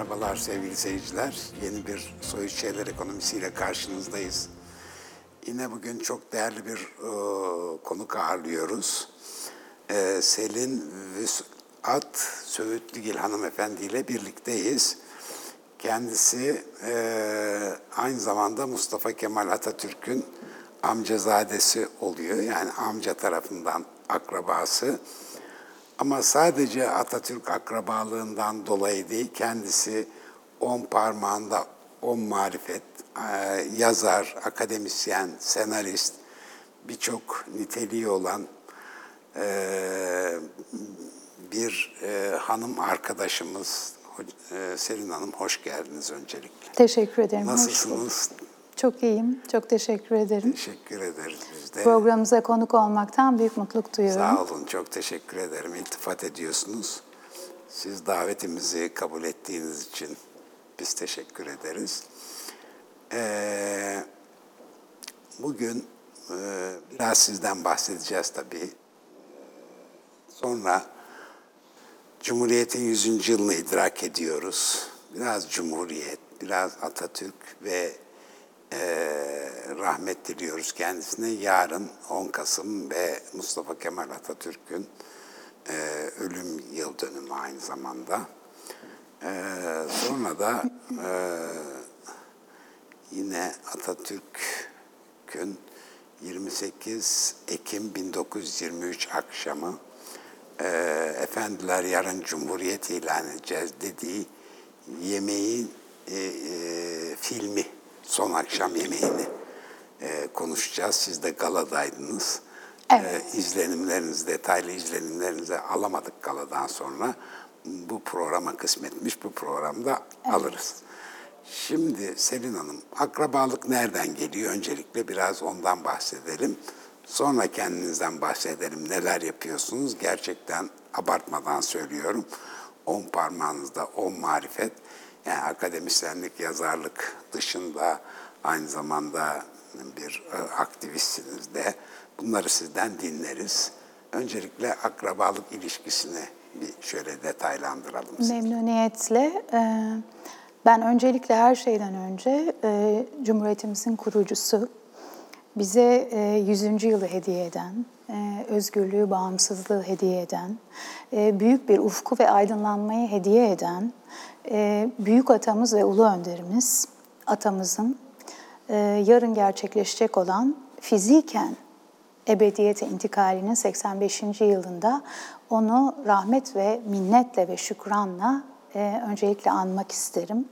Merhabalar sevgili seyirciler. Yeni bir Soyut Şeyler Ekonomisi ile karşınızdayız. Yine bugün çok değerli bir konuk ağırlıyoruz. Selin Vüsat Söğütlügil hanımefendi ile birlikteyiz. Kendisi aynı zamanda Mustafa Kemal Atatürk'ün amcazadesi oluyor. Yani amca tarafından akrabası. Ama sadece Atatürk akrabalığından dolayı değil, kendisi 10 parmağında 10 marifet, yazar, akademisyen, senarist, birçok niteliği olan bir hanım arkadaşımız. Selin Hanım, hoş geldiniz öncelikle. Teşekkür ederim. Nasılsınız? Çok iyiyim. Çok teşekkür ederim. Teşekkür ederiz biz de. Programımıza konuk olmaktan büyük mutluluk duyuyorum. Sağ olun, çok teşekkür ederim. İltifat ediyorsunuz. Siz davetimizi kabul ettiğiniz için biz teşekkür ederiz. Bugün biraz sizden bahsedeceğiz tabii. Sonra Cumhuriyet'in 100. yılını idrak ediyoruz. Biraz Cumhuriyet, biraz Atatürk ve rahmet diliyoruz kendisine. Yarın 10 Kasım ve Mustafa Kemal Atatürk'ün ölüm yıl dönümü aynı zamanda. Sonra da yine Atatürk'ün 28 Ekim 1923 akşamı efendiler yarın Cumhuriyet ilan edeceğiz dediği yemeğin filmi, son akşam yemeğini konuşacağız. Siz de galadaydınız. Evet. Detaylı izlenimlerinizi alamadık galadan sonra. Bu programa kısmetmiş, bu programda alırız. Şimdi Selin Hanım, akrabalık nereden geliyor? Öncelikle biraz ondan bahsedelim. Sonra kendinizden bahsedelim. Neler yapıyorsunuz? Gerçekten abartmadan söylüyorum. 10 parmağınızda 10 marifet. Yani akademisyenlik, yazarlık dışında aynı zamanda bir aktivistsiniz de. Bunları sizden dinleriz. Öncelikle akrabalık ilişkisini bir şöyle detaylandıralım. Memnuniyetle. Ben öncelikle her şeyden önce Cumhuriyetimizin kurucusu, bize 100. yılı hediye eden, özgürlüğü, bağımsızlığı hediye eden, büyük bir ufku ve aydınlanmayı hediye eden büyük atamız ve ulu önderimiz, atamızın yarın gerçekleşecek olan fiziken ebediyete intikalinin 85. yılında onu rahmet ve minnetle ve şükranla öncelikle anmak isterim.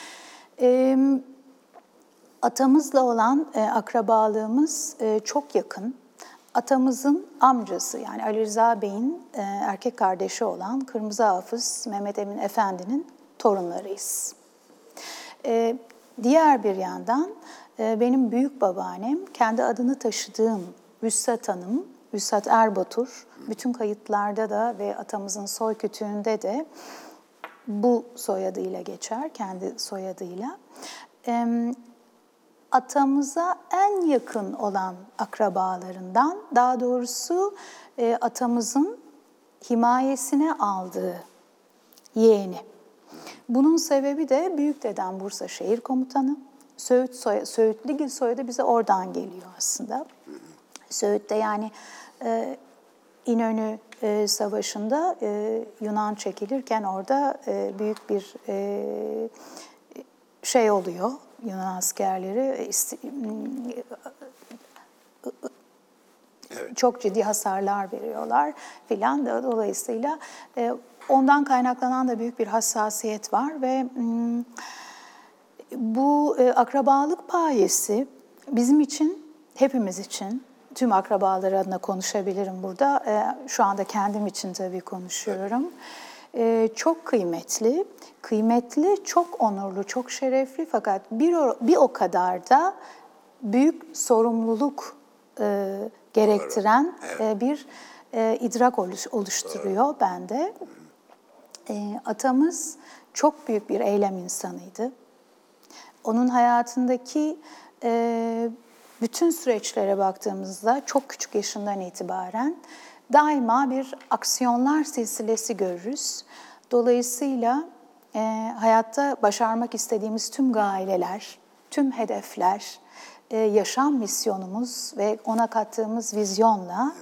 Atamızla olan akrabalığımız çok yakın. Atamızın amcası, yani Ali Rıza Bey'in erkek kardeşi olan Kırmızı Hafız Mehmet Emin Efendi'nin torunlarıyız. Diğer bir yandan benim büyük babaannem, kendi adını taşıdığım Vüsat Hanım, Vüsat Erbatur, bütün kayıtlarda da ve atamızın soy kütüğünde de bu soyadıyla geçer, kendi soyadıyla. Atamıza en yakın olan akrabalarından, daha doğrusu atamızın himayesine aldığı yeğeni. Bunun sebebi de büyük dedem Bursa Şehir Komutanı. Söğütlügil soyadı bize oradan geliyor aslında. Söğüt'te yani İnönü Savaşı'nda Yunan çekilirken orada büyük bir şey oluyor. Yunan askerleri çok ciddi hasarlar veriyorlar filan. Dolayısıyla ondan kaynaklanan da büyük bir hassasiyet var ve bu akrabalık payesi bizim için, hepimiz için, tüm akrabalar adına konuşabilirim burada. Şu anda kendim için tabii konuşuyorum. Çok kıymetli, çok onurlu, çok şerefli fakat bir o kadar da büyük sorumluluk gerektiren bir idrak oluşturuyor bende. Atamız çok büyük bir eylem insanıydı. Onun hayatındaki bütün süreçlere baktığımızda çok küçük yaşından itibaren daima bir aksiyonlar silsilesi görürüz. Dolayısıyla hayatta başarmak istediğimiz tüm gayeler, tüm hedefler, yaşam misyonumuz ve ona kattığımız vizyonla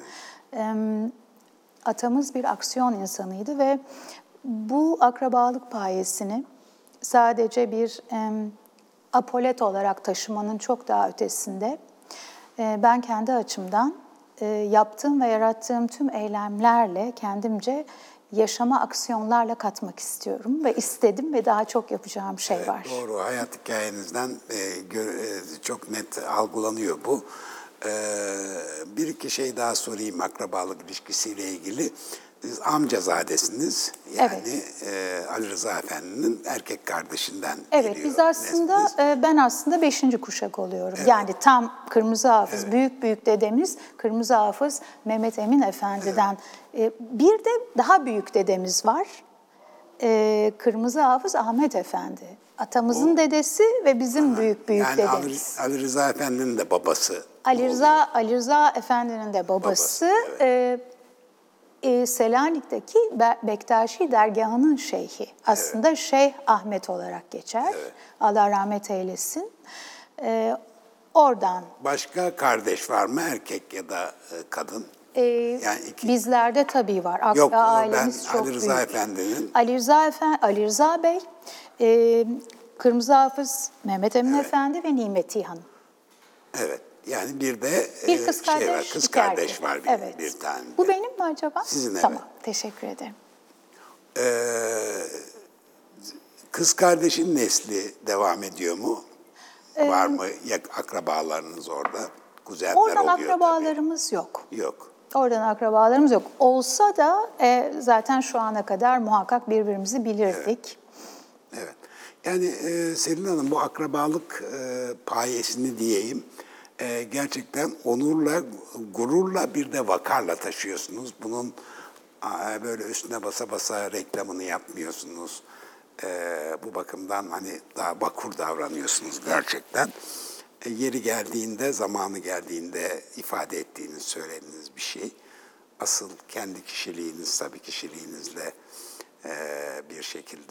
atamız bir aksiyon insanıydı ve bu akrabalık payesini sadece bir apolet olarak taşımanın çok daha ötesinde ben kendi açımdan yaptığım ve yarattığım tüm eylemlerle kendimce yaşama aksiyonlarla katmak istiyorum ve istedim ve daha çok yapacağım şey var. Doğru, hayat hikayenizden çok net algılanıyor bu. Bir iki şey daha sorayım akrabalık ilişkisiyle ilgili. Siz amcazadesiniz, yani Ali Rıza Efendi'nin erkek kardeşinden Evet, geliyor. biz aslında, ben aslında 5. kuşak oluyorum. Evet. Yani tam Kırmızı Hafız, büyük dedemiz Kırmızı Hafız Mehmet Emin Efendi'den. Bir de daha büyük dedemiz var, Kırmızı Hafız Ahmet Efendi. Atamızın dedesi ve bizim büyük yani dedemiz. Ali Rıza Efendi'nin de babası. Ali Rıza Efendi'nin de babası. Selanik'teki Bektaşi dergahının şeyhi. Aslında Şeyh Ahmet olarak geçer. Evet. Allah rahmet eylesin. Oradan. Başka kardeş var mı, erkek ya da kadın? Yani bizlerde tabii var. Yok, ailemiz ben çok Ali Rıza büyük. Efendi'nin. Ali Rıza Bey, Kırmızı Hafız Mehmet Emin Efendi ve Nimeti Hanım. Evet. Yani bir de bir kız kardeş, var, kız kardeş var bir tane. Bu benim mi acaba? Sizin Tamam, teşekkür ederim. Kız kardeşin nesli devam ediyor mu? Var mı akrabalarınız orada? Kuzenler oradan oluyor akrabalarımız tabii. yok. Yok. Oradan akrabalarımız yok. Olsa da zaten şu ana kadar muhakkak birbirimizi bilirdik. Evet. Yani Selin Hanım, bu akrabalık payesini diyeyim, gerçekten onurla, gururla, bir de vakarla taşıyorsunuz. Bunun böyle üstüne basa basa reklamını yapmıyorsunuz. Bu bakımdan hani daha vakur davranıyorsunuz gerçekten. Yeri geldiğinde, zamanı geldiğinde ifade ettiğiniz, söylediğiniz bir şey. Asıl kendi kişiliğiniz, tabii kişiliğinizle bir şekilde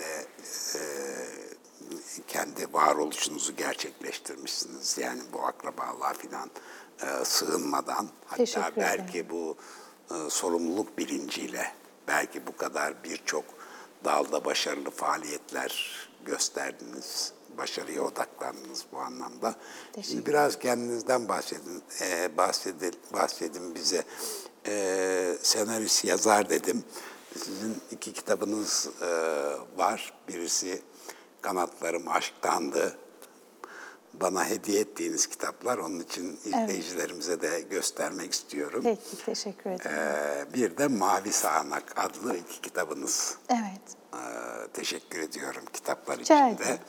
kendi varoluşunuzu gerçekleştirmişsiniz. Yani bu akrabalığa falan sığınmadan, hatta belki bu sorumluluk bilinciyle, belki bu kadar birçok dalda başarılı faaliyetler gösterdiniz, başarıya odaklandınız bu anlamda. Şimdi biraz kendinizden bahsedin bize. Senarist, yazar dedim. Sizin 2 kitabınız var. Birisi Kanatlarım Aşktandı. Bana hediye ettiğiniz kitaplar. Onun için izleyicilerimize de göstermek istiyorum. Peki, teşekkür ederim. Bir de Mavi Sağanak adlı 2 kitabınız. Evet. Teşekkür ediyorum kitaplar için de.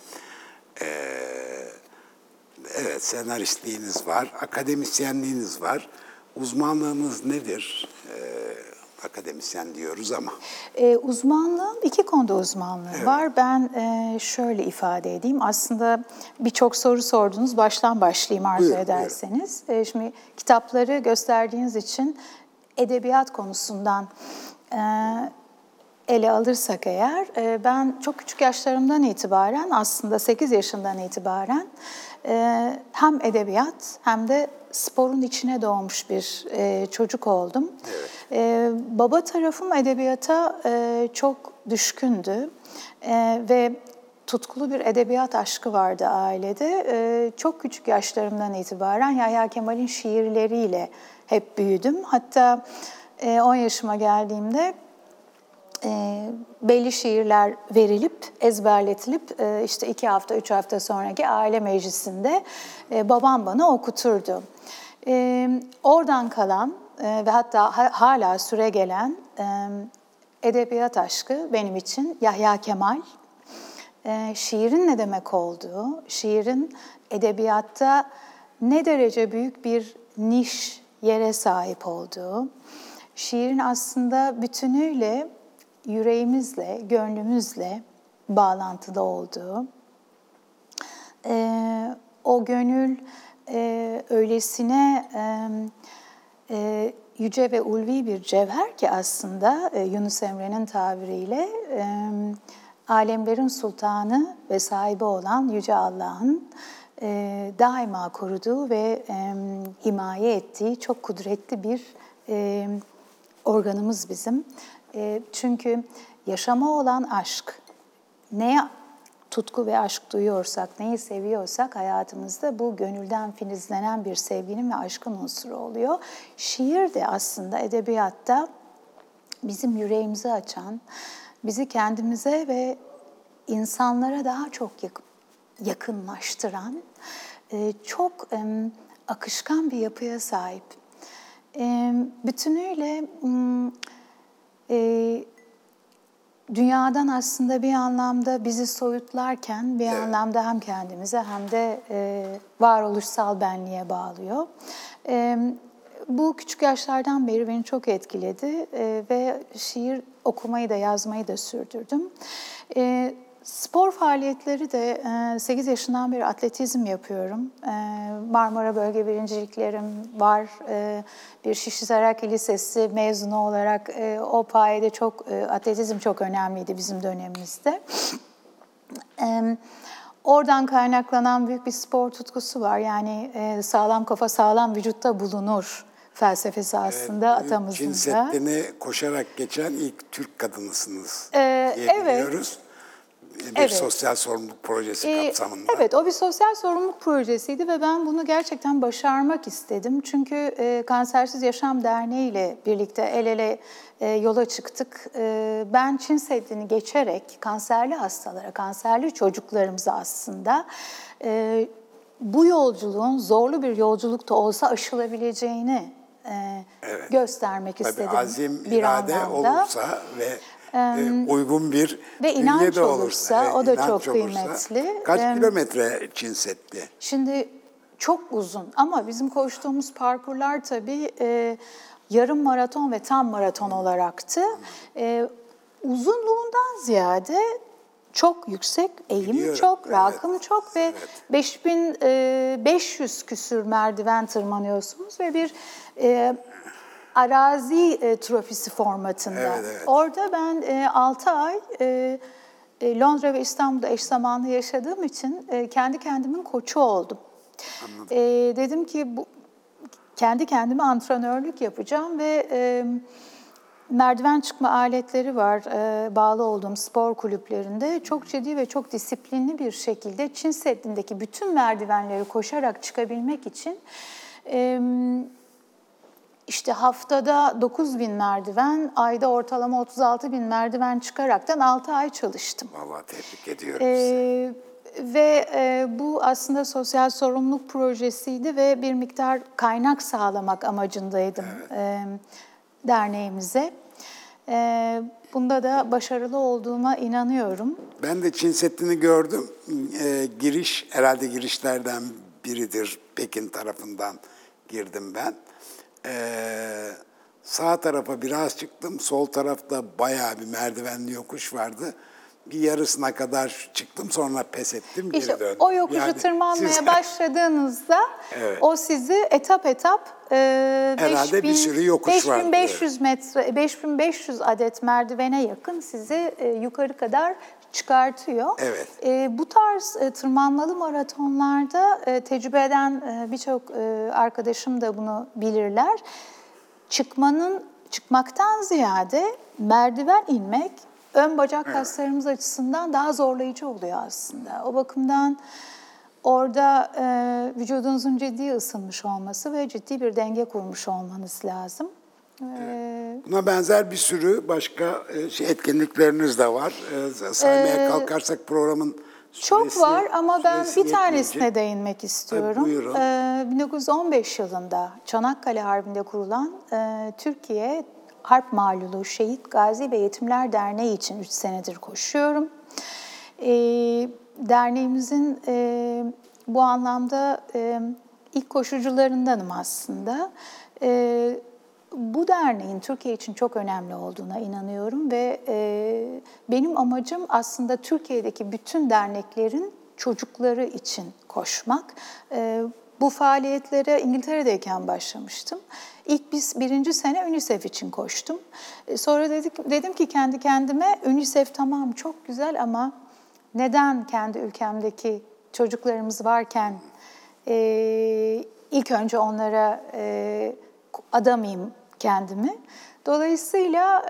Evet, senaristliğiniz var, akademisyenliğiniz var. Uzmanlığınız nedir? Akademisyen diyoruz ama. Uzmanlığım, 2 konuda uzmanlığım var. Ben şöyle ifade edeyim. Aslında birçok soru sordunuz. Baştan başlayayım arzu ederseniz. Şimdi kitapları gösterdiğiniz için edebiyat konusundan ele alırsak eğer, ben çok küçük yaşlarımdan itibaren, aslında 8 yaşından itibaren hem edebiyat hem de sporun içine doğmuş bir çocuk oldum. Evet. Baba tarafım edebiyata çok düşkündü ve tutkulu bir edebiyat aşkı vardı ailede. Çok küçük yaşlarımdan itibaren Yahya Kemal'in şiirleriyle hep büyüdüm. Hatta 10 yaşıma geldiğimde belli şiirler verilip, ezberletilip işte 2 hafta, 3 hafta sonraki aile meclisinde babam bana okuturdu. Oradan kalan ve hatta hala süregelen edebiyat aşkı benim için Yahya Kemal, şiirin ne demek olduğu, şiirin edebiyatta ne derece büyük bir niş yere sahip olduğu, şiirin aslında bütünüyle yüreğimizle, gönlümüzle bağlantıda olduğu, o gönül öylesine yüce ve ulvi bir cevher ki aslında Yunus Emre'nin tabiriyle alemlerin sultanı ve sahibi olan Yüce Allah'ın daima koruduğu ve himaye ettiği çok kudretli bir organımız bizim. Çünkü yaşama olan aşk, neye tutku ve aşk duyuyorsak, neyi seviyorsak hayatımızda bu gönülden filizlenen bir sevginin ve aşkın unsuru oluyor. Şiir de aslında edebiyatta bizim yüreğimizi açan, bizi kendimize ve insanlara daha çok yakınlaştıran, çok akışkan bir yapıya sahip. Bütünüyle dünyadan aslında bir anlamda bizi soyutlarken bir anlamda hem kendimize hem de varoluşsal benliğe bağlıyor. Bu küçük yaşlardan beri beni çok etkiledi ve şiir okumayı da yazmayı da sürdürdüm. Spor faaliyetleri de 8 yaşından beri atletizm yapıyorum. Marmara Bölge birinciliklerim var. Bir Şişli Lisesi mezunu olarak o payede atletizm çok önemliydi bizim dönemimizde. Oradan kaynaklanan büyük bir spor tutkusu var. Yani sağlam kafa sağlam vücutta bulunur felsefesi aslında atamızın da. Çin Seddi'ni koşarak geçen ilk Türk kadınısınız diyebiliyoruz. Bir sosyal sorumluluk projesi kapsamında. Evet, o bir sosyal sorumluluk projesiydi ve ben bunu gerçekten başarmak istedim. Çünkü Kansersiz Yaşam Derneği ile birlikte el ele yola çıktık. Ben Çin Seddi'ni geçerek kanserli hastalara, kanserli çocuklarımıza aslında bu yolculuğun zorlu bir yolculukta olsa aşılabileceğini göstermek istedim. Tabii azim, irade olursa ve uygun bir ve inanç de olursa, o da çok kıymetli. Kaç kilometre Çin Seddi? Şimdi çok uzun ama bizim koştuğumuz parkurlar tabii yarım maraton ve tam maraton olaraktı. Uzunluğundan ziyade çok yüksek, eğim çok, rakım çok ve 5500 küsür merdiven tırmanıyorsunuz ve bir arazi trofisi formatında. Orada ben 6 ay Londra ve İstanbul'da eş zamanlı yaşadığım için kendi kendimin koçu oldum. Dedim ki kendi kendime antrenörlük yapacağım ve merdiven çıkma aletleri var bağlı olduğum spor kulüplerinde. Çok ciddi ve çok disiplinli bir şekilde Çin Seddi'ndeki bütün merdivenleri koşarak çıkabilmek için İşte haftada 9.000 merdiven, ayda ortalama 36.000 merdiven çıkaraktan 6 ay çalıştım. Vallahi tebrik ediyorum sizi. Ve bu aslında sosyal sorumluluk projesiydi ve bir miktar kaynak sağlamak amacındaydım derneğimize. Bunda da başarılı olduğuma inanıyorum. Ben de Çin Seddi'ni gördüm. Herhalde girişlerden biridir. Pekin tarafından girdim ben. Sağ tarafa biraz çıktım, sol tarafta bayağı bir merdivenli yokuş vardı. Bir yarısına kadar çıktım, sonra pes ettim, geri döndüm. O yokuşu tırmanmaya başladığınızda o sizi etap herhalde bir sürü yokuş vardı. 5500 adet merdivene yakın sizi yukarı kadar çıkartıyor. Bu tarz tırmanmalı maratonlarda tecrübe eden birçok arkadaşım da bunu bilirler. Çıkmaktan ziyade merdiven inmek ön bacak kaslarımız açısından daha zorlayıcı oluyor aslında. O bakımdan orada vücudunuzun ciddi ısınmış olması ve ciddi bir denge kurmuş olmanız lazım. Buna benzer bir sürü başka etkinlikleriniz de var. Saymaya kalkarsak programın süresi, çok var ama ben bir tanesine yetmeyecek. değinmek istiyorum. Buyurun. 1915 yılında Çanakkale Harbi'nde kurulan Türkiye Harp Malulu Şehit Gazi ve Yetimler Derneği için 3 senedir koşuyorum. Derneğimizin bu anlamda ilk koşucularındanım aslında. Bu derneğin Türkiye için çok önemli olduğuna inanıyorum ve benim amacım aslında Türkiye'deki bütün derneklerin çocukları için koşmak. Bu faaliyetlere İngiltere'deyken başlamıştım. İlk birinci sene UNICEF için koştum. Sonra dedim ki kendi kendime, UNICEF tamam çok güzel ama neden kendi ülkemdeki çocuklarımız varken ilk önce onlara adamayayım kendimi. Dolayısıyla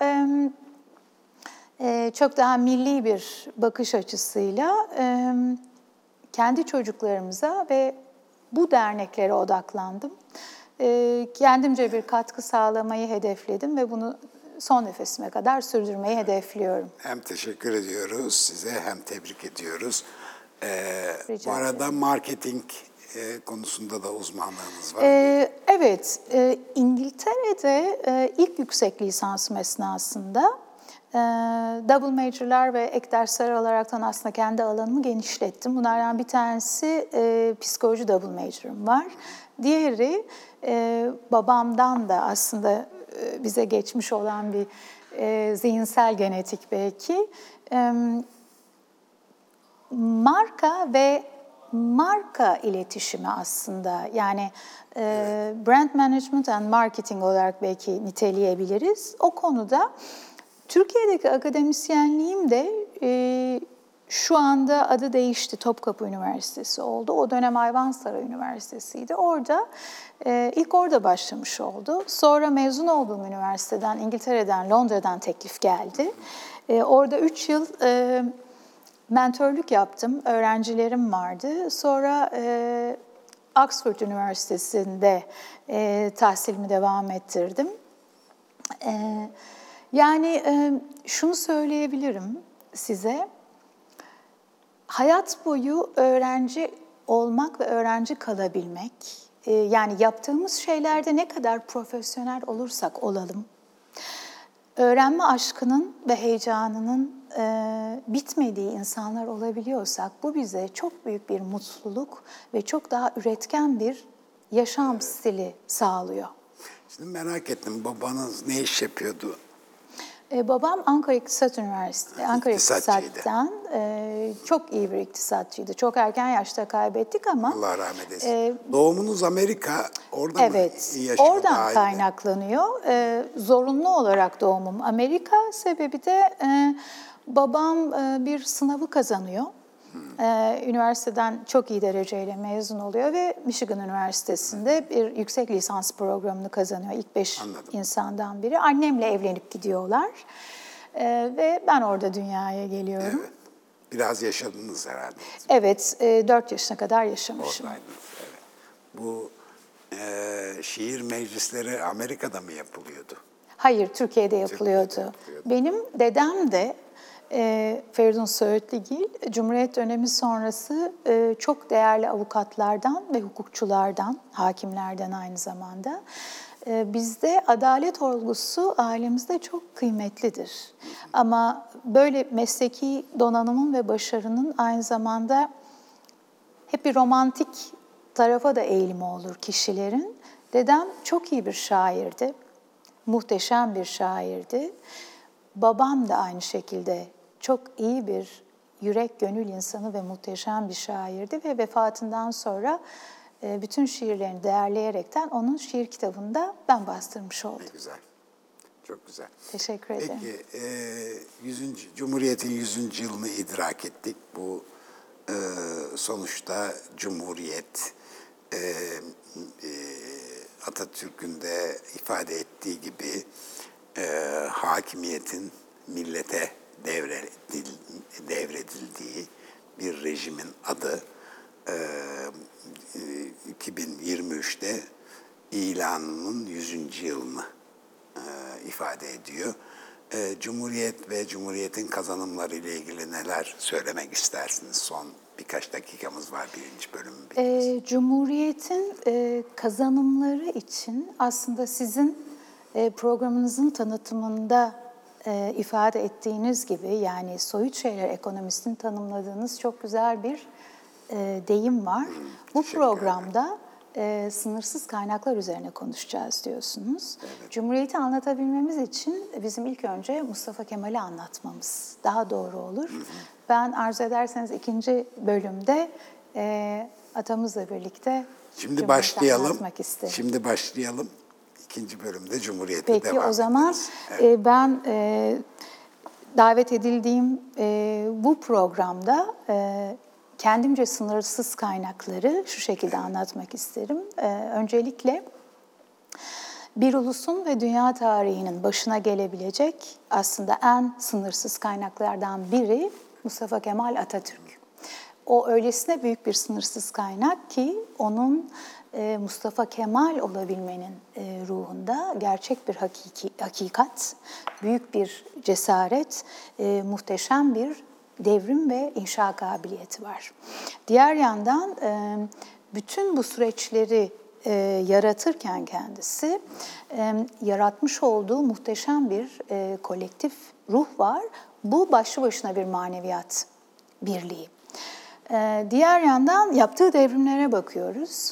çok daha milli bir bakış açısıyla kendi çocuklarımıza ve bu derneklere odaklandım. Kendimce bir katkı sağlamayı hedefledim ve bunu son nefesime kadar sürdürmeyi hedefliyorum. Hem teşekkür ediyoruz size hem tebrik ediyoruz. Rica Bu arada ederim. marketing konusunda da uzmanlığınız var. Evet, İngiltere'de ilk yüksek lisansım esnasında double major'lar ve ek dersler alaraktan aslında kendi alanımı genişlettim. Bunlardan bir tanesi psikoloji double major'ım var. Diğeri babamdan da aslında bize geçmiş olan bir zihinsel genetik belki. Marka ve marka iletişimi aslında, yani brand management and marketing olarak belki niteleyebiliriz. O konuda Türkiye'deki akademisyenliğim de şu anda adı değişti, Topkapı Üniversitesi oldu. O dönem Ayvansaray Üniversitesi'ydi. İlk orada başlamış oldu. Sonra mezun olduğum üniversiteden, İngiltere'den, Londra'dan teklif geldi. Orada 3 yıl mentörlük yaptım, öğrencilerim vardı. Sonra Oxford Üniversitesi'nde tahsilimi devam ettirdim. Yani şunu söyleyebilirim size, hayat boyu öğrenci olmak ve öğrenci kalabilmek, yani yaptığımız şeylerde ne kadar profesyonel olursak olalım, öğrenme aşkının ve heyecanının bitmediği insanlar olabiliyorsak, bu bize çok büyük bir mutluluk ve çok daha üretken bir yaşam stili sağlıyor. Şimdi merak ettim, babanız ne iş yapıyordu? Babam Ankara İktisat Üniversitesi, Ankara İktisatçıydı. İktisat'tan çok iyi bir iktisatçıydı. Çok erken yaşta kaybettik ama... Allah rahmet eylesin. Doğumunuz Amerika, orada evet, mı yaşadı? oradan kaynaklanıyor. Zorunlu olarak doğumum Amerika, sebebi de babam bir sınavı kazanıyor. Üniversiteden çok iyi dereceyle mezun oluyor ve Michigan Üniversitesi'nde bir yüksek lisans programını kazanıyor. İlk 5 insandan biri. Annemle evlenip gidiyorlar ve ben orada dünyaya geliyorum. Evet. Biraz yaşadınız herhalde. Evet, 4 yaşına kadar yaşamışım. Oradaydınız, evet. Bu şiir meclisleri Amerika'da mı yapılıyordu? Hayır, Türkiye'de yapılıyordu. Benim dedem de Feridun Söğütligil, Cumhuriyet dönemi sonrası çok değerli avukatlardan ve hukukçulardan, hakimlerden aynı zamanda. Bizde adalet olgusu ailemizde çok kıymetlidir. Ama böyle mesleki donanımın ve başarının aynı zamanda hep bir romantik tarafa da eğilimi olur kişilerin. Dedem çok iyi bir şairdi, muhteşem bir şairdi. Babam da aynı şekilde çok iyi bir yürek, gönül insanı ve muhteşem bir şairdi ve vefatından sonra bütün şiirlerini değerleyerekten onun şiir kitabını da ben bastırmış oldum. Ne güzel, çok güzel. Teşekkür ederim. Peki, Cumhuriyet'in 100. yılını idrak ettik. Bu sonuçta Cumhuriyet, Atatürk'ün de ifade ettiği gibi hakimiyetin millete devredildiği bir rejimin adı 2023'te ilanının 100. yılını ifade ediyor. Cumhuriyet ve Cumhuriyet'in kazanımları ile ilgili neler söylemek istersiniz? Son birkaç dakikamız var birinci bölümün. Cumhuriyet'in kazanımları için aslında sizin programınızın tanıtımında ifade ettiğiniz gibi, yani soyut şeyler ekonomisini tanımladığınız çok güzel bir deyim var. Bu programda sınırsız kaynaklar üzerine konuşacağız diyorsunuz. Evet. Cumhuriyeti anlatabilmemiz için bizim ilk önce Mustafa Kemal'i anlatmamız daha doğru olur. Ben arzu ederseniz ikinci bölümde atamızla birlikte Şimdi Cumhuriyet'i anlatmak isterim. Şimdi başlayalım. İkinci bölümde Cumhuriyet'e Peki, devam edeceğiz. o zaman ben davet edildiğim bu programda kendimce sınırsız kaynakları şu şekilde anlatmak isterim. Öncelikle bir ulusun ve dünya tarihinin başına gelebilecek aslında en sınırsız kaynaklardan biri Mustafa Kemal Atatürk. O öylesine büyük bir sınırsız kaynak ki onun Mustafa Kemal olabilmenin ruhunda gerçek bir hakikat, büyük bir cesaret, muhteşem bir devrim ve inşa kabiliyeti var. Diğer yandan bütün bu süreçleri yaratırken kendisi yaratmış olduğu muhteşem bir kolektif ruh var. Bu başlı başına bir maneviyat birliği. Diğer yandan yaptığı devrimlere bakıyoruz.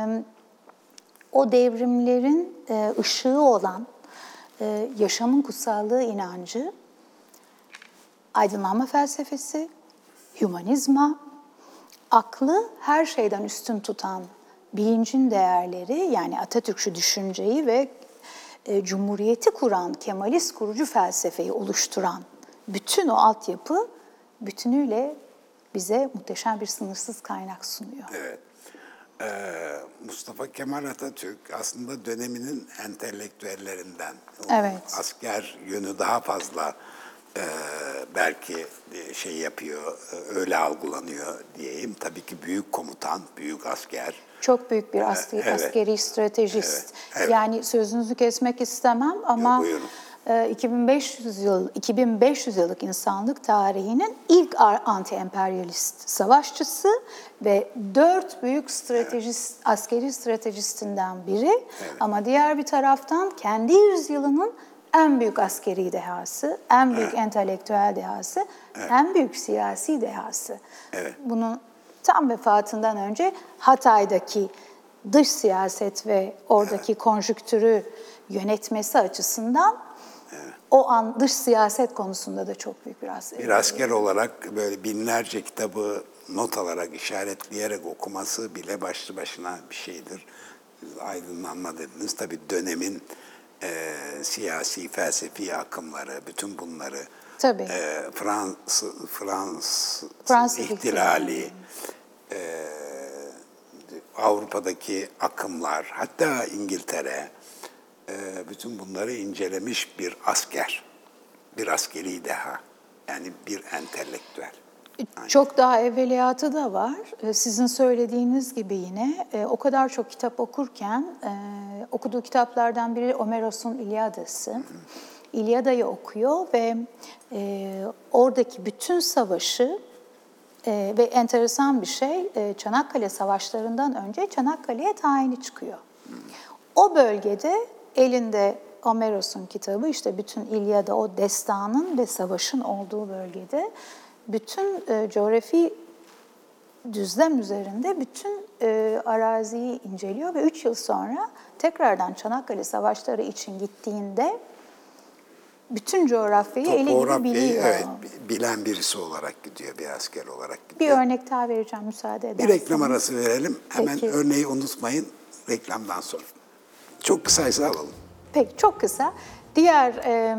O devrimlerin ışığı olan yaşamın kutsallığı inancı, aydınlanma felsefesi, hümanizma, aklı her şeyden üstün tutan bilincin değerleri, yani Atatürkçü düşünceyi ve Cumhuriyeti kuran, Kemalist kurucu felsefeyi oluşturan bütün o altyapı bütünüyle bize muhteşem bir sınırsız kaynak sunuyor. Evet. Mustafa Kemal Atatürk aslında döneminin entelektüellerinden. Evet. Asker yönü daha fazla belki şey yapıyor, öyle algılanıyor diyeyim. Tabii ki büyük komutan, büyük asker. Çok büyük bir askeri stratejist. Evet. Yani sözünüzü kesmek istemem ama 2500 yıllık insanlık tarihinin ilk anti-emperyalist savaşçısı ve 4 büyük askeri stratejistinden biri. Evet. Ama diğer bir taraftan kendi yüzyılının en büyük askeri dehası, en büyük entelektüel dehası, en büyük siyasi dehası. Evet. Bunun tam vefatından önce Hatay'daki dış siyaset ve oradaki konjüktürü yönetmesi açısından o an dış siyaset konusunda da çok büyük bir asker olarak böyle binlerce kitabı not alarak, işaretleyerek okuması bile başlı başına bir şeydir. Aydınlanma dediniz. Tabii dönemin siyasi, felsefi akımları, bütün bunları, Fransız ihtilali, Avrupa'daki akımlar, hatta İngiltere, bütün bunları incelemiş bir asker, bir askeri deha, yani bir entelektüel. Çok daha evveliyatı da var. Sizin söylediğiniz gibi yine o kadar çok kitap okurken okuduğu kitaplardan biri Homeros'un İlyadası. İlyada'yı okuyor ve oradaki bütün savaşı ve enteresan bir şey, Çanakkale Savaşları'ndan önce Çanakkale'ye tayini çıkıyor. O bölgede elinde Homeros'un kitabı, işte bütün İlyada, o destanın ve savaşın olduğu bölgede bütün coğrafi düzlem üzerinde bütün araziyi inceliyor ve 3 yıl sonra tekrardan Çanakkale Savaşları için gittiğinde bütün coğrafyayı eli gibi biliyor. Evet, bilen birisi olarak gidiyor, bir asker olarak gidiyor. Bir örnek daha vereceğim, müsaade ederseniz. Bir reklam arası verelim. Hemen peki. Örneği unutmayın reklamdan sonra. Çok kısaysa alalım. Peki, çok kısa. Diğer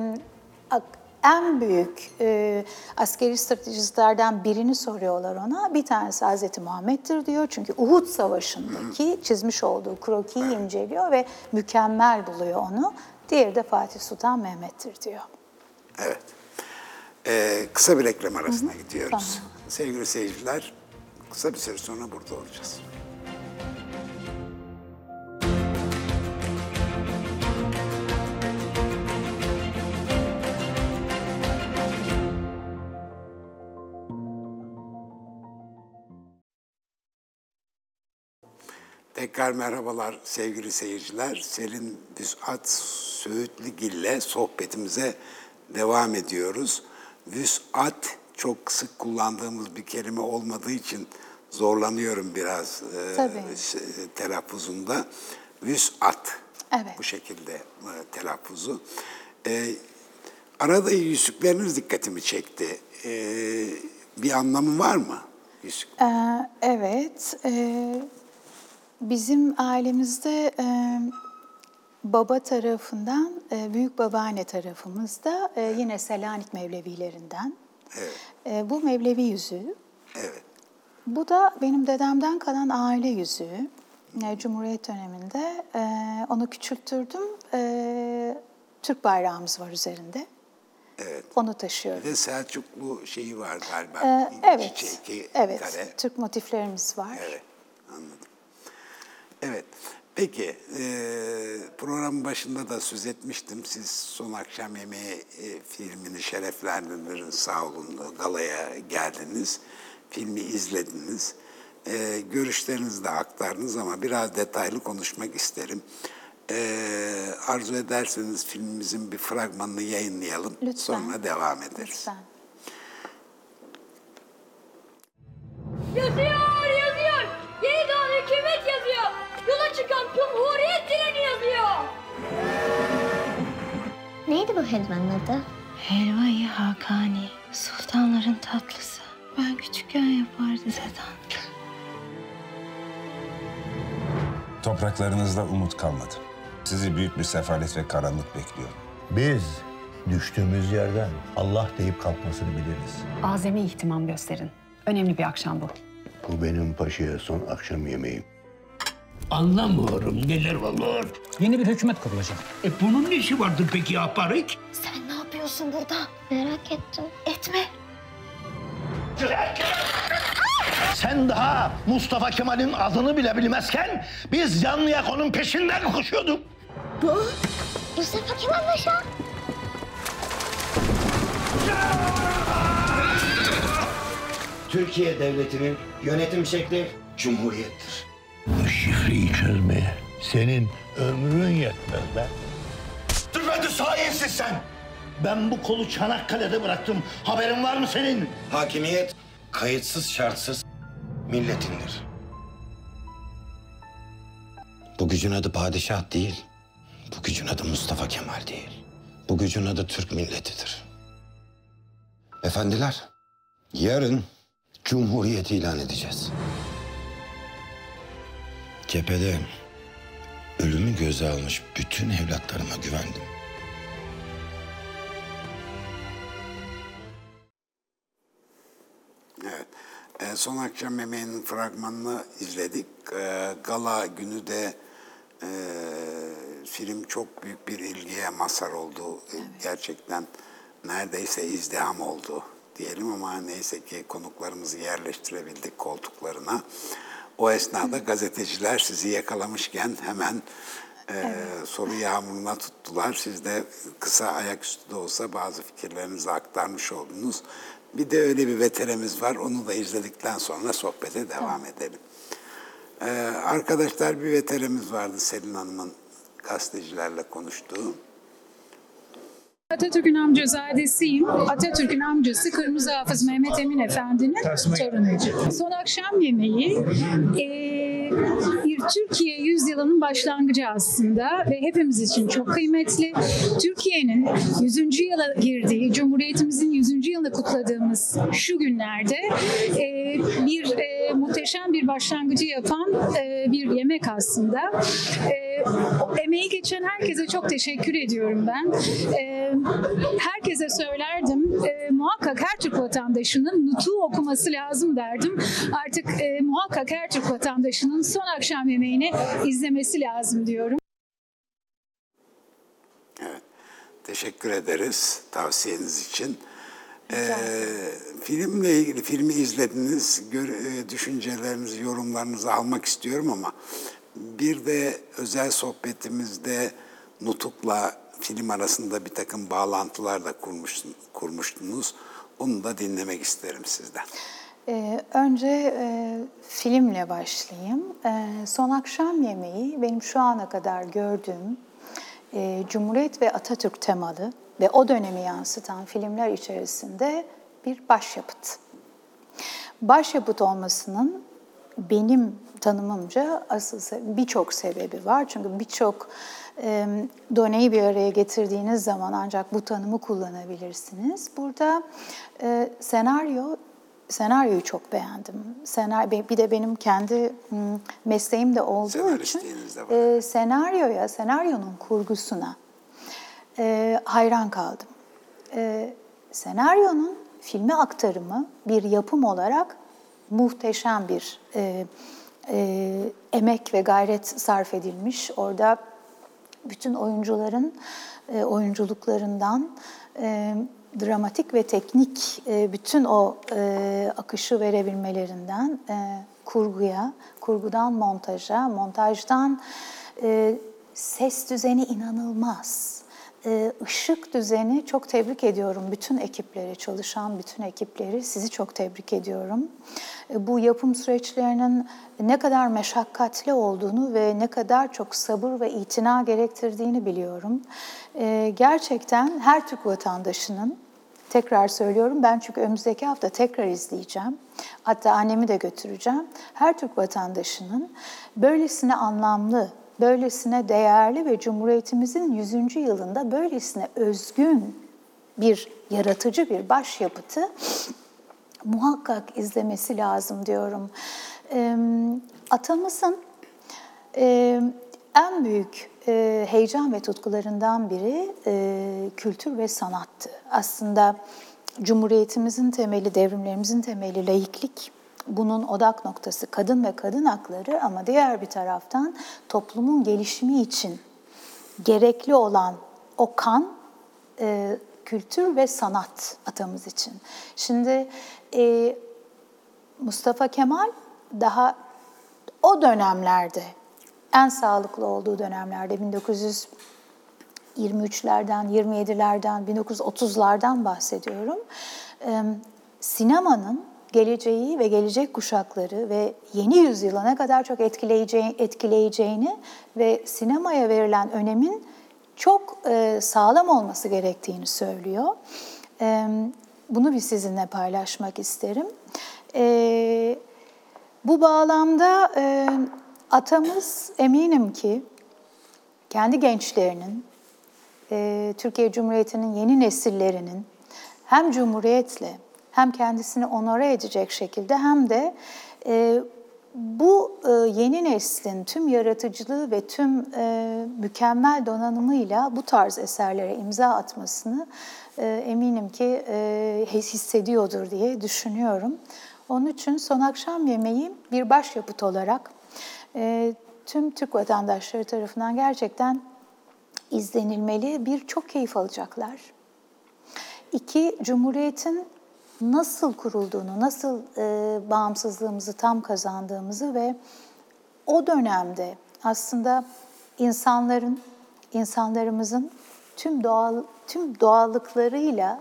en büyük askeri stratejistlerden birini soruyorlar ona. Bir tanesi Hazreti Muhammed'dir diyor. Çünkü Uhud Savaşı'ndaki çizmiş olduğu krokiyi inceliyor ve mükemmel buluyor onu. Diğeri de Fatih Sultan Mehmet'tir diyor. Evet. Kısa bir reklam arasına gidiyoruz. Tamam. Sevgili seyirciler, kısa bir süre sonra burada olacağız. Tekrar merhabalar sevgili seyirciler. Selin Vüs'at Söğütlügil'le sohbetimize devam ediyoruz. Vüs'at çok sık kullandığımız bir kelime olmadığı için zorlanıyorum biraz telaffuzunda. Vüs'at. Evet. Bu şekilde telaffuzu. Arada yüzükleriniz dikkatimi çekti. Bir anlamı var mı? Yüzük. Evet, bizim ailemizde baba tarafından, büyük babaanne tarafımızda yine Selanik Mevlevilerinden. Evet. Bu Mevlevi yüzüğü. Evet. Bu da benim dedemden kalan aile yüzüğü. Cumhuriyet döneminde onu küçülttürdüm. Türk bayrağımız var üzerinde. Evet. Onu Bir taşıyorum. de Selçuklu şeyi var galiba. Evet, Çiçeği, evet. kare. Türk motiflerimiz var. Evet, anladım. Evet, peki programın başında da söz etmiştim. Siz Son Akşam Yemeği filmini şereflendirdiniz, sağ olun, galaya geldiniz. Filmi izlediniz. Görüşlerinizi de aktardınız ama biraz detaylı konuşmak isterim. Arzu ederseniz filmimizin bir fragmanını yayınlayalım. Lütfen. Sonra devam ederiz. Lütfen. Yazıyor. Yeni doğan hükümet yazıyor. Yola çıkan Cumhuriyet treni yazıyor. Neydi bu helvanın adı? Helva-i Hakani, sultanların tatlısı. Ben küçükken yapardı dedem. Topraklarınızda umut kalmadı. Sizi büyük bir sefalet ve karanlık bekliyor. Biz düştüğümüz yerden Allah deyip kalkmasını biliriz. Azami ihtimam gösterin. Önemli bir akşam bu. Bu benim paşaya son akşam yemeğim. Anlamıyorum neler olur. Yeni bir hükümet kurulacak. Bunun ne işi vardır peki Aparik? Sen ne yapıyorsun burada? Merak ettim. Etme. Sen daha Mustafa Kemal'in adını bile bilmezken biz canlı yakonun peşinden koşuyorduk. Mustafa Kemal Paşa. Türkiye Devleti'nin yönetim şekli cumhuriyettir. Bu şifreyi çözmeye senin ömrün yetmez be. Düpedüz hainsin sen! Ben bu kolu Çanakkale'de bıraktım. Haberin var mı senin? Hakimiyet kayıtsız şartsız milletindir. Bu gücün adı padişah değil. Bu gücün adı Mustafa Kemal değil. Bu gücün adı Türk milletidir. Efendiler, yarın Cumhuriyet ilan edeceğiz. Cephede ölümü göze almış bütün evlatlarıma güvendim. Evet. Son Akşam Yemeği'nin fragmanını izledik. Gala günü de film çok büyük bir ilgiye mazhar oldu. Evet. Gerçekten neredeyse izdiham oldu diyelim ama neyse ki konuklarımızı yerleştirebildik koltuklarına. O esnada gazeteciler sizi yakalamışken hemen soru yağmuruna tuttular. Siz de kısa ayaküstü de olsa bazı fikirlerinizi aktarmış oldunuz. Bir de öyle bir veterimiz var. Onu da izledikten sonra sohbete devam edelim. Arkadaşlar bir veterimiz vardı Selin Hanım'ın gazetecilerle konuştuğu. Atatürk'ün amcazadesiyim. Atatürk'ün amcası Kırmızı Hafız Mehmet Emin Efendi'nin torunu. Son Akşam Yemeği bir Türkiye yüzyılının başlangıcı aslında ve hepimiz için çok kıymetli. Türkiye'nin 100. yıla girdiği, Cumhuriyetimizin 100. yılını kutladığımız şu günlerde muhteşem bir başlangıcı yapan bir yemek aslında. Emeği geçen herkese çok teşekkür ediyorum ben. Herkese söylerdim, muhakkak her Türk vatandaşının nutuğu okuması lazım derdim. Artık muhakkak her Türk vatandaşının Son Akşam Yemeğini izlemesi lazım diyorum. Evet, teşekkür ederiz tavsiyeniz için. Filmle ilgili, filmi izlediniz, düşüncelerinizi, yorumlarınızı almak istiyorum ama bir de özel sohbetimizde Nutuk'la film arasında bir takım bağlantılar da kurmuştunuz. Onu da dinlemek isterim sizden. Önce filmle başlayayım. Son Akşam Yemeği benim şu ana kadar gördüğüm Cumhuriyet ve Atatürk temalı ve o dönemi yansıtan filmler içerisinde bir başyapıt. Başyapıt olmasının benim tanımımca asıl birçok sebebi var. Çünkü birçok doneyi bir araya getirdiğiniz zaman ancak bu tanımı kullanabilirsiniz. Burada senaryo senaryoyu çok beğendim. Bir de benim kendi mesleğim de olduğu için senaryonun kurgusuna hayran kaldım. Senaryonun filme aktarımı bir yapım olarak muhteşem bir emek ve gayret sarf edilmiş. Orada bütün oyuncuların oyunculuklarından dramatik ve teknik bütün o akışı verebilmelerinden kurguya, kurgudan montaja, montajdan ses düzeni inanılmaz. Işık düzeni çok tebrik ediyorum. Bütün ekipleri, çalışan bütün ekipleri sizi çok tebrik ediyorum. Bu yapım süreçlerinin ne kadar meşakkatli olduğunu ve ne kadar çok sabır ve itina gerektirdiğini biliyorum. Gerçekten her Türk vatandaşının, tekrar söylüyorum ben çünkü önümüzdeki hafta tekrar izleyeceğim. Hatta annemi de götüreceğim. Her Türk vatandaşının böylesine anlamlı, böylesine değerli ve Cumhuriyetimizin 100. yılında böylesine özgün bir yaratıcı bir başyapıtı muhakkak izlemesi lazım diyorum. Atamızın en büyük heyecan ve tutkularından biri kültür ve sanattı. Aslında Cumhuriyetimizin temeli, devrimlerimizin temeli laiklik. Bunun odak noktası kadın ve kadın hakları ama diğer bir taraftan toplumun gelişimi için gerekli olan o kan, kültür ve sanat atamız için. Şimdi Mustafa Kemal daha o dönemlerde, en sağlıklı olduğu dönemlerde 1923'lerden, 27'lerden, 1930'lardan bahsediyorum. Sinemanın geleceği ve gelecek kuşakları ve yeni yüzyıla ne kadar çok etkileyeceğini ve sinemaya verilen önemin çok sağlam olması gerektiğini söylüyor. Bunu bir sizinle paylaşmak isterim. Bu bağlamda atamız eminim ki kendi gençlerinin, Türkiye Cumhuriyeti'nin yeni nesillerinin hem Cumhuriyet'le hem kendisini onore edecek şekilde hem de bu yeni neslin tüm yaratıcılığı ve tüm mükemmel donanımıyla bu tarz eserlere imza atmasını eminim ki hissediyordur diye düşünüyorum. Onun için Son Akşam Yemeği bir başyapıt olarak tüm Türk vatandaşları tarafından gerçekten izlenilmeli. Bir, çok keyif alacaklar. İki, Cumhuriyet'in nasıl kurulduğunu, nasıl bağımsızlığımızı tam kazandığımızı ve o dönemde aslında insanlarımızın tüm doğallıklarıyla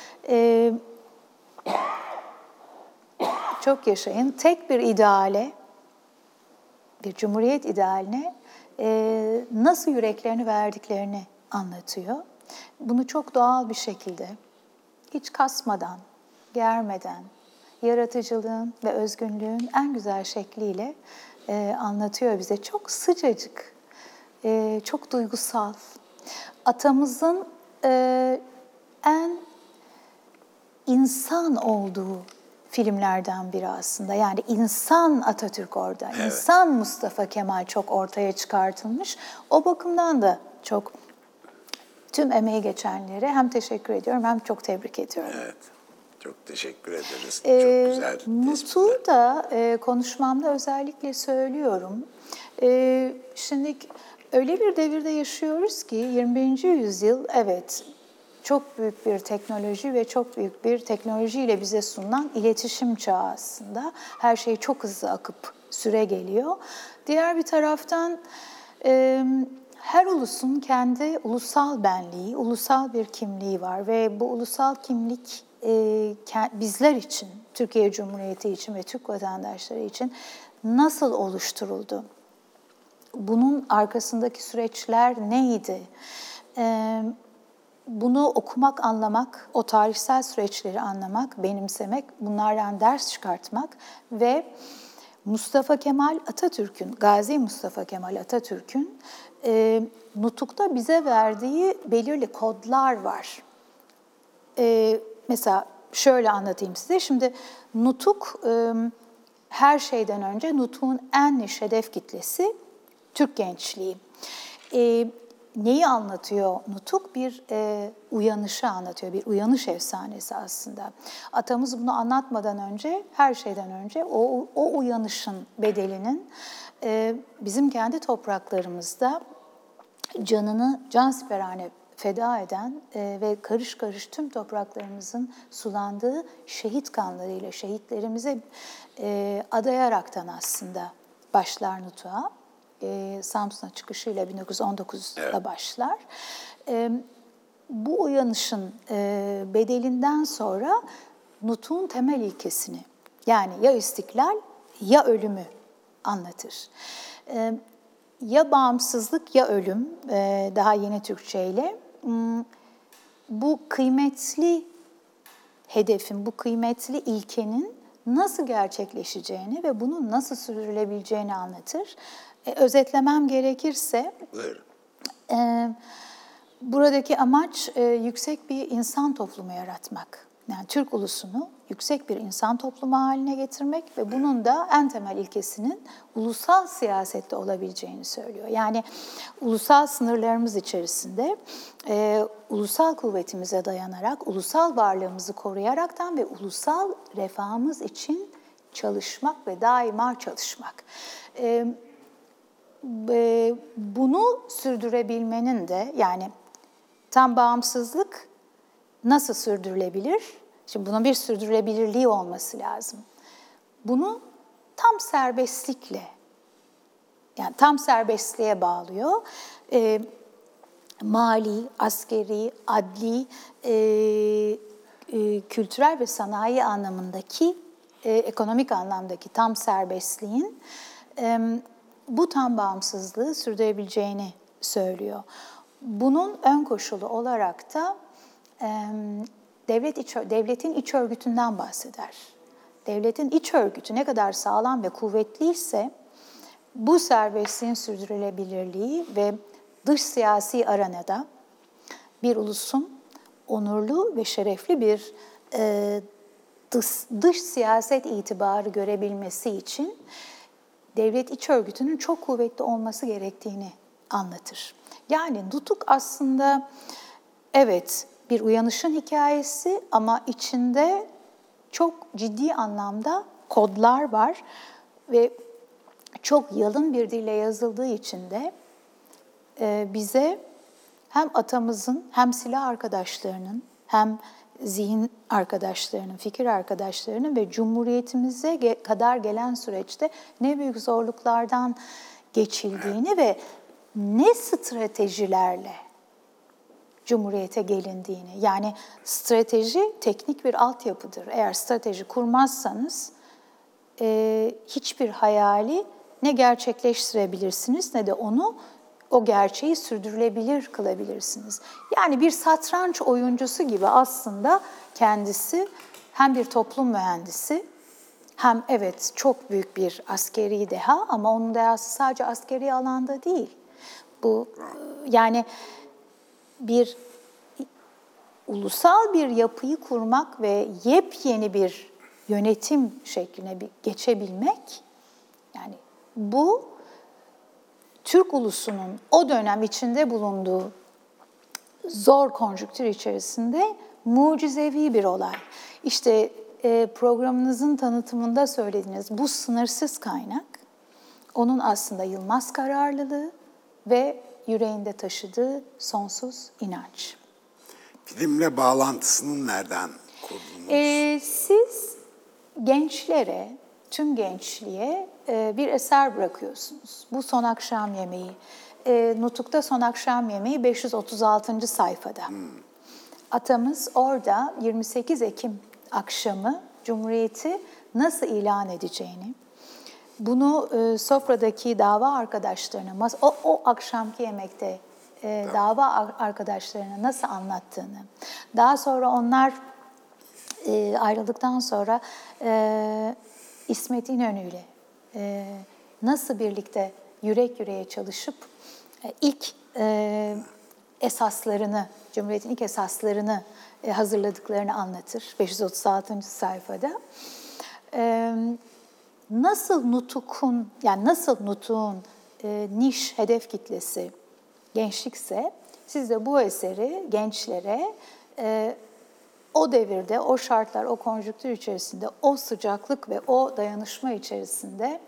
çok yaşayın, tek bir ideale, bir cumhuriyet idealine nasıl yüreklerini verdiklerini anlatıyor. Bunu çok doğal bir şekilde, hiç kasmadan, germeden, yaratıcılığın ve özgünlüğün en güzel şekliyle anlatıyor bize. Çok sıcacık, çok duygusal. Atamızın en insan olduğu filmlerden biri aslında. Yani insan Atatürk orada, evet. İnsan Mustafa Kemal çok ortaya çıkartılmış. O bakımdan da çok tüm emeği geçenlere hem teşekkür ediyorum hem çok tebrik ediyorum. Evet, çok teşekkür ederiz. Çok güzel. Mutlu da konuşmamda özellikle söylüyorum. Şimdi öyle bir devirde yaşıyoruz ki 21. yüzyıl evet çok büyük bir teknoloji ve çok büyük bir teknolojiyle bize sunulan iletişim çağı aslında. Her şey çok hızlı akıp süre geliyor. Diğer bir taraftan her ulusun kendi ulusal benliği, ulusal bir kimliği var ve bu ulusal kimlik bizler için, Türkiye Cumhuriyeti için ve Türk vatandaşları için nasıl oluşturuldu? Bunun arkasındaki süreçler neydi? Bunu okumak, anlamak, o tarihsel süreçleri anlamak, benimsemek, bunlardan ders çıkartmak ve Mustafa Kemal Atatürk'ün, Gazi Mustafa Kemal Atatürk'ün Nutuk'ta bize verdiği belirli kodlar var. Mesela şöyle anlatayım size. Şimdi nutuk her şeyden önce nutuk'un en niş hedef kitlesi Türk gençliği. Neyi anlatıyor nutuk? Bir uyanışı anlatıyor, bir uyanış efsanesi aslında. Atamız bunu anlatmadan önce, her şeyden önce o uyanışın bedelinin bizim kendi topraklarımızda canını cansiperane feda eden ve karış karış tüm topraklarımızın sulandığı şehit kanlarıyla şehitlerimize adayaraktan aslında başlar nutuğa. Samsun'a çıkışıyla 1919'da başlar. Bu uyanışın bedelinden sonra nutuk'un temel ilkesini, yani ya istiklal ya ölümü anlatır. Ya bağımsızlık ya ölüm, daha yeni Türkçeyle. Bu kıymetli hedefin, bu kıymetli ilkenin nasıl gerçekleşeceğini ve bunun nasıl sürdürülebileceğini anlatır. Özetlemem gerekirse, buradaki amaç yüksek bir insan toplumu yaratmak. Yani Türk ulusunu yüksek bir insan toplumu haline getirmek ve bunun da en temel ilkesinin ulusal siyasette olabileceğini söylüyor. Yani ulusal sınırlarımız içerisinde ulusal kuvvetimize dayanarak, ulusal varlığımızı koruyaraktan ve ulusal refahımız için çalışmak ve daima çalışmak. Bunu sürdürebilmenin de, yani tam bağımsızlık nasıl sürdürülebilir? Şimdi bunun bir sürdürülebilirliği olması lazım. Bunu tam serbestlikle, yani tam serbestliğe bağlıyor. Mali, askeri, adli, kültürel ve sanayi anlamındaki, ekonomik anlamdaki tam serbestliğin bu tam bağımsızlığı sürdürebileceğini söylüyor. Bunun ön koşulu olarak da devletin iç örgütünden bahseder. Devletin iç örgütü ne kadar sağlam ve kuvvetliyse bu serbestliğin sürdürülebilirliği ve dış siyasi arenada bir ulusun onurlu ve şerefli bir dış siyaset itibarı görebilmesi için devlet iç örgütünün çok kuvvetli olması gerektiğini anlatır. Yani nutuk aslında evet bir uyanışın hikayesi ama içinde çok ciddi anlamda kodlar var ve çok yalın bir dille yazıldığı için de bize hem atamızın hem silah arkadaşlarının hem zihin arkadaşlarının, fikir arkadaşlarının ve Cumhuriyetimize kadar gelen süreçte ne büyük zorluklardan geçildiğini ve ne stratejilerle Cumhuriyete gelindiğini, yani strateji teknik bir altyapıdır. Eğer strateji kurmazsanız hiçbir hayali ne gerçekleştirebilirsiniz ne de o gerçeği sürdürülebilir kılabilirsiniz. Yani bir satranç oyuncusu gibi aslında kendisi hem bir toplum mühendisi hem evet çok büyük bir askeri deha ama onun dehası sadece askeri alanda değil. Bu yani bir ulusal bir yapıyı kurmak ve yepyeni bir yönetim şekline geçebilmek, yani bu Türk ulusunun o dönem içinde bulunduğu zor konjüktür içerisinde mucizevi bir olay. İşte programınızın tanıtımında söylediğiniz bu sınırsız kaynak, onun aslında yılmaz kararlılığı ve yüreğinde taşıdığı sonsuz inanç. Filmle bağlantısını nereden kurdunuz? Siz gençlere, tüm gençliğe bir eser bırakıyorsunuz. Bu Son Akşam Yemeği. Nutuk'ta Son Akşam Yemeği 536. sayfada. Atamız orada 28 Ekim akşamı Cumhuriyeti nasıl ilan edeceğini, bunu sofradaki dava arkadaşlarına, o akşamki yemekte dava arkadaşlarına nasıl anlattığını, daha sonra onlar ayrıldıktan sonra İsmet İnönü'yle nasıl birlikte yürek yüreğe çalışıp ilk esaslarını, Cumhuriyet'in ilk esaslarını hazırladıklarını anlatır 536. sayfada. Nasıl nutukun niş hedef kitlesi gençlikse, siz de bu eseri gençlere o devirde, o şartlar, o konjüktür içerisinde, o sıcaklık ve o dayanışma içerisinde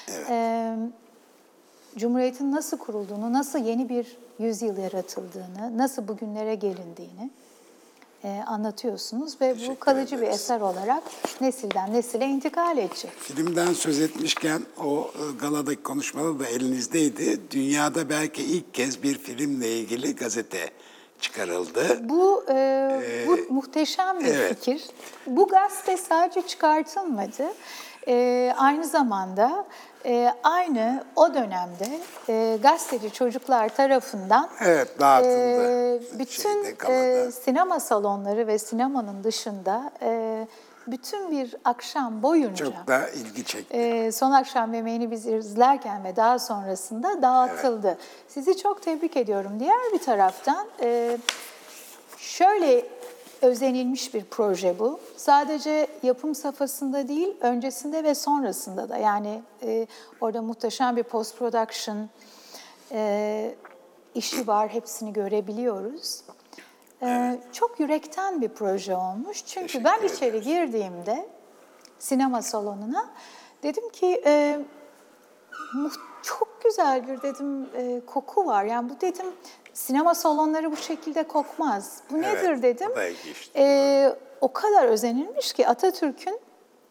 Cumhuriyet'in nasıl kurulduğunu, nasıl yeni bir yüzyıl yaratıldığını, nasıl bugünlere gelindiğini anlatıyorsunuz ve bu kalıcı bir eser olarak nesilden nesile intikal edecek. Filmden söz etmişken o galadaki konuşmada da elinizdeydi. Dünyada belki ilk kez bir filmle ilgili gazete çıkarıldı. Bu muhteşem bir fikir. Bu gazete sadece çıkartılmadı. Aynı zamanda aynı o dönemde gazeteci çocuklar tarafından dağıtıldı. Bütün sinema salonları ve sinemanın dışında bütün bir akşam boyunca çok da ilgi çekti. Son akşam yemeğini biz izlerken ve daha sonrasında dağıtıldı. Sizi çok tebrik ediyorum. Diğer bir taraftan şöyle özenilmiş bir proje bu. Sadece yapım safhasında değil, öncesinde ve sonrasında da. Yani orada muhteşem bir post-production işi var, hepsini görebiliyoruz. Çok yürekten bir proje olmuş. Çünkü ben içeri girdiğimde sinema salonuna dedim ki çok güzel bir koku var. Yani bu dedim sinema salonları bu şekilde kokmaz. Bu nedir dedim. O kadar özenilmiş ki Atatürk'ün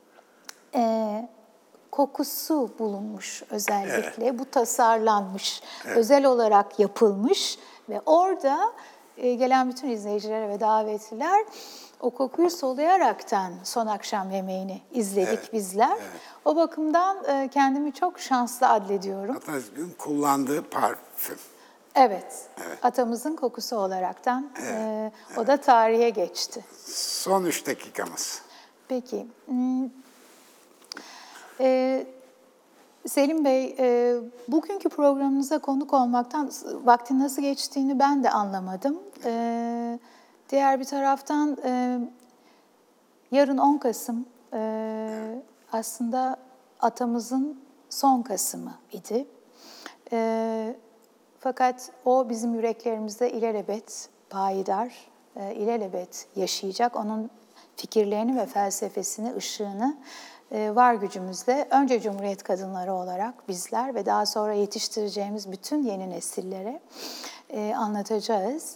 kokusu bulunmuş özellikle. Bu tasarlanmış, özel olarak yapılmış ve orada gelen bütün izleyicilere ve davetliler o kokuyu soluyaraktan son akşam yemeğini izledik bizler. O bakımdan kendimi çok şanslı addediyorum. Atatürk'ün kullandığı parfüm. Evet, atamızın kokusu olaraktan o da tarihe geçti. Son 3 dakikamız. Peki. Selim Bey, bugünkü programınıza konuk olmaktan vaktin nasıl geçtiğini ben de anlamadım. Diğer bir taraftan yarın 10 Kasım aslında atamızın son Kasım'ı idi. Fakat o bizim yüreklerimizde ilelebet payidar, ilelebet yaşayacak. Onun fikirlerini ve felsefesini, ışığını var gücümüzle önce Cumhuriyet kadınları olarak bizler ve daha sonra yetiştireceğimiz bütün yeni nesillere anlatacağız.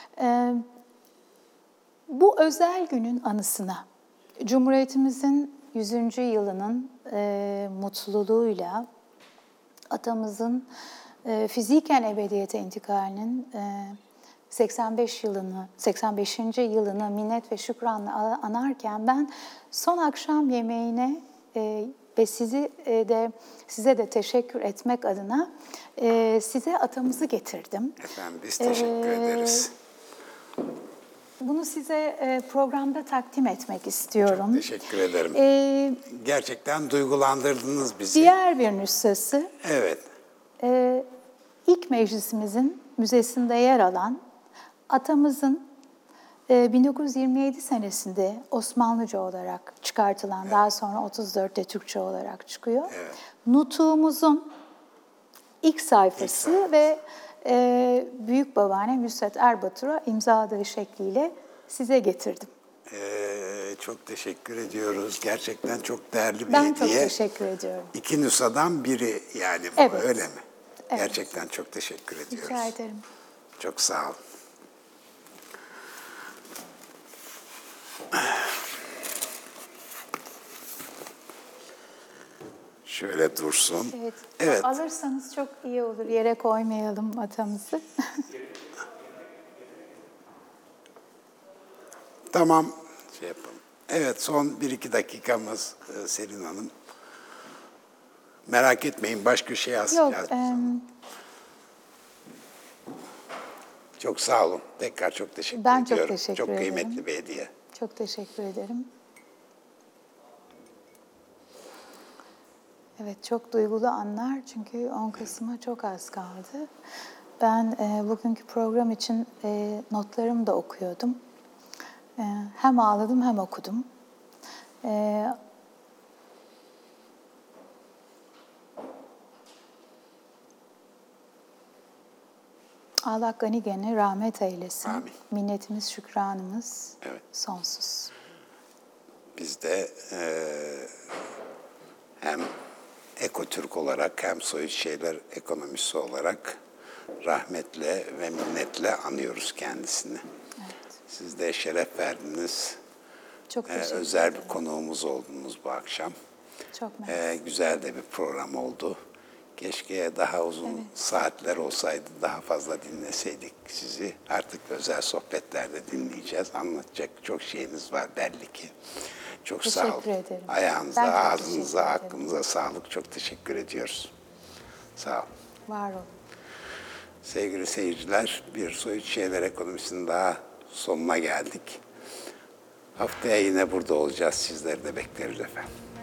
Bu özel günün anısına, Cumhuriyetimizin 100. yılının mutluluğuyla atamızın fiziken ebediyete intikalinin 85 yılını minnet ve şükranla anarken ben son akşam yemeğine ve size de teşekkür etmek adına size atamızı getirdim. Efendim biz teşekkür ederiz. Bunu size programda takdim etmek istiyorum. Çok teşekkür ederim. Gerçekten duygulandırdınız bizi. Diğer bir nüshası. Evet. İlk meclisimizin müzesinde yer alan atamızın 1927 senesinde Osmanlıca olarak çıkartılan, daha sonra 34'te Türkçe olarak çıkıyor. Nutuğumuzun ilk sayfası ve büyük babaannem Vüsat Erbatur'a imzaladığı şekliyle size getirdim. Çok teşekkür ediyoruz. Gerçekten çok değerli bir hediye. Ben çok teşekkür ediyorum. 2 nüshadan biri yani bu, öyle mi? Evet. Gerçekten çok teşekkür ediyoruz. Rica ederim. Çok sağ olun. Şöyle dursun. Evet. Alırsanız çok iyi olur. Yere koymayalım atamızı. Tamam. Şey yapalım. Evet, son 1-2 dakikamız Selin Hanım. Merak etmeyin, başka şey yazacağız. Çok sağ olun. Tekrar çok teşekkür ediyorum. Ben çok teşekkür ederim. Çok kıymetli bir hediye. Çok teşekkür ederim. Evet, çok duygulu anlar çünkü 10 Kasım'a çok az kaldı. Ben bugünkü program için notlarımı da okuyordum. Hem ağladım hem okudum. Allah gani gani rahmet eylesin. Amin. Minnetimiz, şükranımız Evet. sonsuz. Biz de hem Ekotürk olarak hem Soyut Şeyler Ekonomisi olarak rahmetle ve minnetle anıyoruz kendisini. Evet. Siz de şeref verdiniz. Çok teşekkür özel ederim. bir konuğumuz oldunuz bu akşam. Çok mersi. Güzel de bir program oldu. Keşke daha uzun saatler olsaydı, daha fazla dinleseydik sizi. Artık özel sohbetlerde dinleyeceğiz. Anlatacak çok şeyiniz var belli ki. Çok sağ olun. Teşekkür ederim. Ayağınıza, Ben çok ağzınıza, teşekkür ederim. aklınıza sağlık. Çok teşekkür ediyoruz. Sağ olun. Var olun. Sevgili seyirciler, bir Soyut Şeyler Ekonomisi'nin daha sonuna geldik. Haftaya yine burada olacağız. Sizleri de bekleriz efendim.